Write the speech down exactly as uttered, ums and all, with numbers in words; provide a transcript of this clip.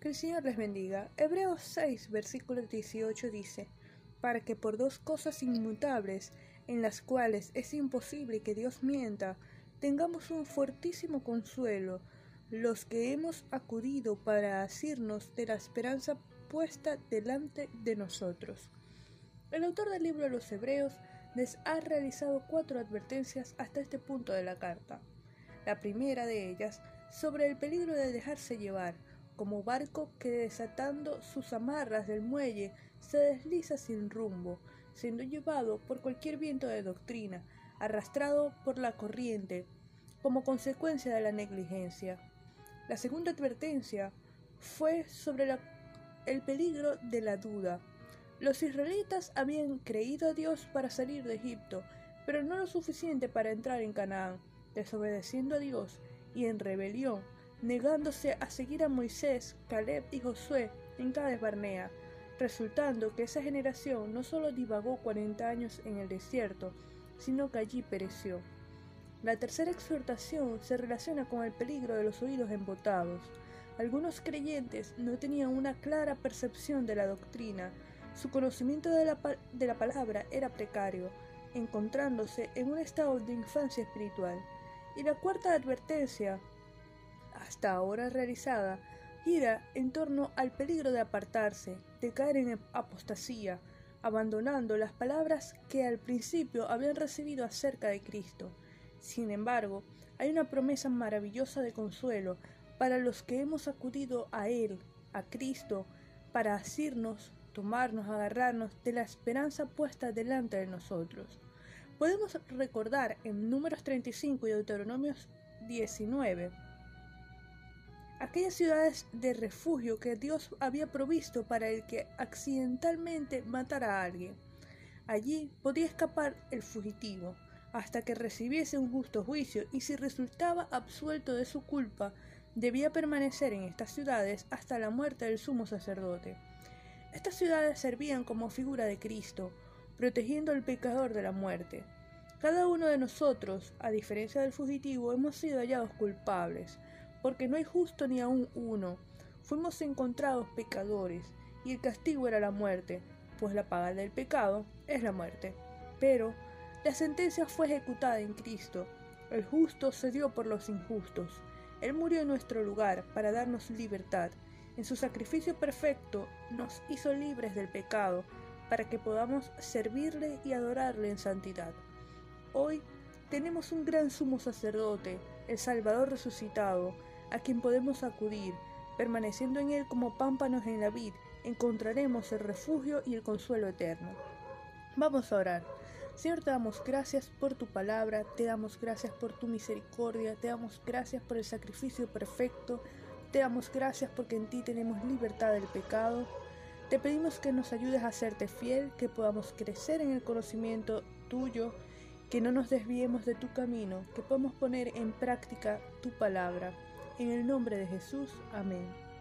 Que el Señor les bendiga. Hebreos seis, versículo dieciocho dice: para que por dos cosas inmutables, en las cuales es imposible que Dios mienta, tengamos un fuertísimo consuelo, los que hemos acudido para asirnos de la esperanza puesta delante de nosotros. El autor del libro de los Hebreos les ha realizado cuatro advertencias hasta este punto de la carta. La primera de ellas, sobre el peligro de dejarse llevar, como barco que desatando sus amarras del muelle se desliza sin rumbo, siendo llevado por cualquier viento de doctrina, arrastrado por la corriente, como consecuencia de la negligencia. La segunda advertencia fue sobre la, el peligro de la duda. Los israelitas habían creído a Dios para salir de Egipto, pero no lo suficiente para entrar en Canaán, desobedeciendo a Dios y en rebelión, negándose a seguir a Moisés, Caleb y Josué en Cades Barnea, resultando que esa generación no solo divagó cuarenta años en el desierto, sino que allí pereció. La tercera exhortación se relaciona con el peligro de los oídos embotados. Algunos creyentes no tenían una clara percepción de la doctrina, su conocimiento de la, de la palabra era precario, encontrándose en un estado de infancia espiritual. Y la cuarta advertencia, hasta ahora realizada, gira en torno al peligro de apartarse, de caer en apostasía, abandonando las palabras que al principio habían recibido acerca de Cristo. Sin embargo, hay una promesa maravillosa de consuelo para los que hemos acudido a Él, a Cristo, para asirnos, tomarnos, agarrarnos de la esperanza puesta delante de nosotros. Podemos recordar en Números treinta y cinco y Deuteronomio diecinueve aquellas ciudades de refugio que Dios había provisto para el que accidentalmente matara a alguien. Allí podía escapar el fugitivo hasta que recibiese un justo juicio, y si resultaba absuelto de su culpa, debía permanecer en estas ciudades hasta la muerte del sumo sacerdote. Estas ciudades servían como figura de Cristo, protegiendo al pecador de la muerte. Cada uno de nosotros, a diferencia del fugitivo, hemos sido hallados culpables, porque no hay justo ni aun uno. Fuimos encontrados pecadores, y el castigo era la muerte, pues la paga del pecado es la muerte. Pero la sentencia fue ejecutada en Cristo. El justo se dio por los injustos. Él murió en nuestro lugar para darnos libertad. En su sacrificio perfecto nos hizo libres del pecado, para que podamos servirle y adorarle en santidad. Hoy tenemos un gran sumo sacerdote, el Salvador resucitado, a quien podemos acudir. Permaneciendo en él como pámpanos en la vid, encontraremos el refugio y el consuelo eterno. Vamos a orar. Señor, te damos gracias por tu palabra, te damos gracias por tu misericordia, te damos gracias por el sacrificio perfecto, te damos gracias porque en ti tenemos libertad del pecado. Te pedimos que nos ayudes a serte fiel, que podamos crecer en el conocimiento tuyo, que no nos desviemos de tu camino, que podamos poner en práctica tu palabra. En el nombre de Jesús, amén.